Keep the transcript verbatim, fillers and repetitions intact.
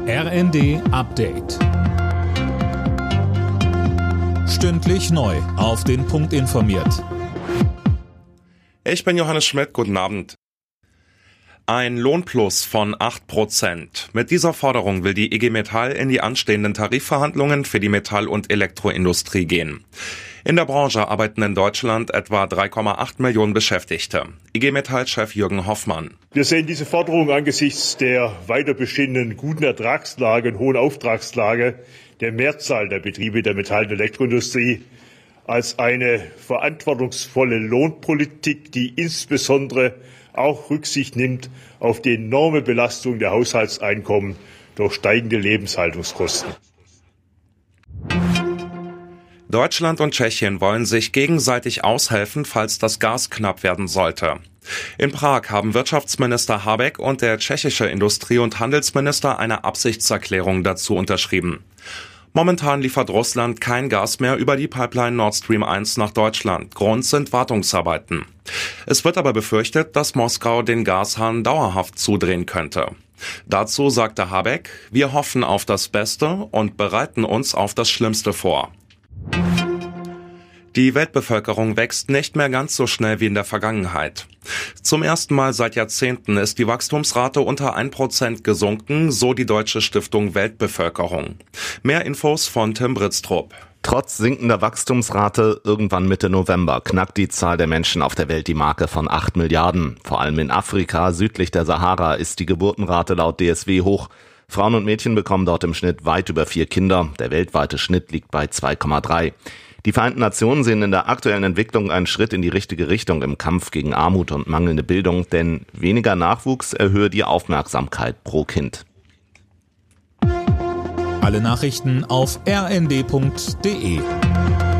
R N D Update. Stündlich neu auf den Punkt informiert. Ich bin Johannes Schmidt, guten Abend. Ein Lohnplus von acht Prozent. Mit dieser Forderung will die I G Metall in die anstehenden Tarifverhandlungen für die Metall- und Elektroindustrie gehen. In der Branche arbeiten in Deutschland etwa drei Komma acht Millionen Beschäftigte. I G Metall-Chef Jürgen Hoffmann. Wir sehen diese Forderung angesichts der weiter bestehenden guten Ertragslage und hohen Auftragslage der Mehrzahl der Betriebe der Metall- und Elektroindustrie als eine verantwortungsvolle Lohnpolitik, die insbesondere auch Rücksicht nimmt auf die enorme Belastung der Haushaltseinkommen durch steigende Lebenshaltungskosten. Deutschland und Tschechien wollen sich gegenseitig aushelfen, falls das Gas knapp werden sollte. In Prag haben Wirtschaftsminister Habeck und der tschechische Industrie- und Handelsminister eine Absichtserklärung dazu unterschrieben. Momentan liefert Russland kein Gas mehr über die Pipeline Nord Stream eins nach Deutschland. Grund sind Wartungsarbeiten. Es wird aber befürchtet, dass Moskau den Gashahn dauerhaft zudrehen könnte. Dazu sagte Habeck, wir hoffen auf das Beste und bereiten uns auf das Schlimmste vor. Die Weltbevölkerung wächst nicht mehr ganz so schnell wie in der Vergangenheit. Zum ersten Mal seit Jahrzehnten ist die Wachstumsrate unter ein Prozent gesunken, so die Deutsche Stiftung Weltbevölkerung. Mehr Infos von Tim Britztrup. Trotz sinkender Wachstumsrate irgendwann Mitte November knackt die Zahl der Menschen auf der Welt die Marke von acht Milliarden. Vor allem in Afrika, südlich der Sahara, ist die Geburtenrate laut D S W hoch. Frauen und Mädchen bekommen dort im Schnitt weit über vier Kinder. Der weltweite Schnitt liegt bei zwei Komma drei. Die Vereinten Nationen sehen in der aktuellen Entwicklung einen Schritt in die richtige Richtung im Kampf gegen Armut und mangelnde Bildung, denn weniger Nachwuchs erhöhe die Aufmerksamkeit pro Kind. Alle Nachrichten auf r n d punkt d e.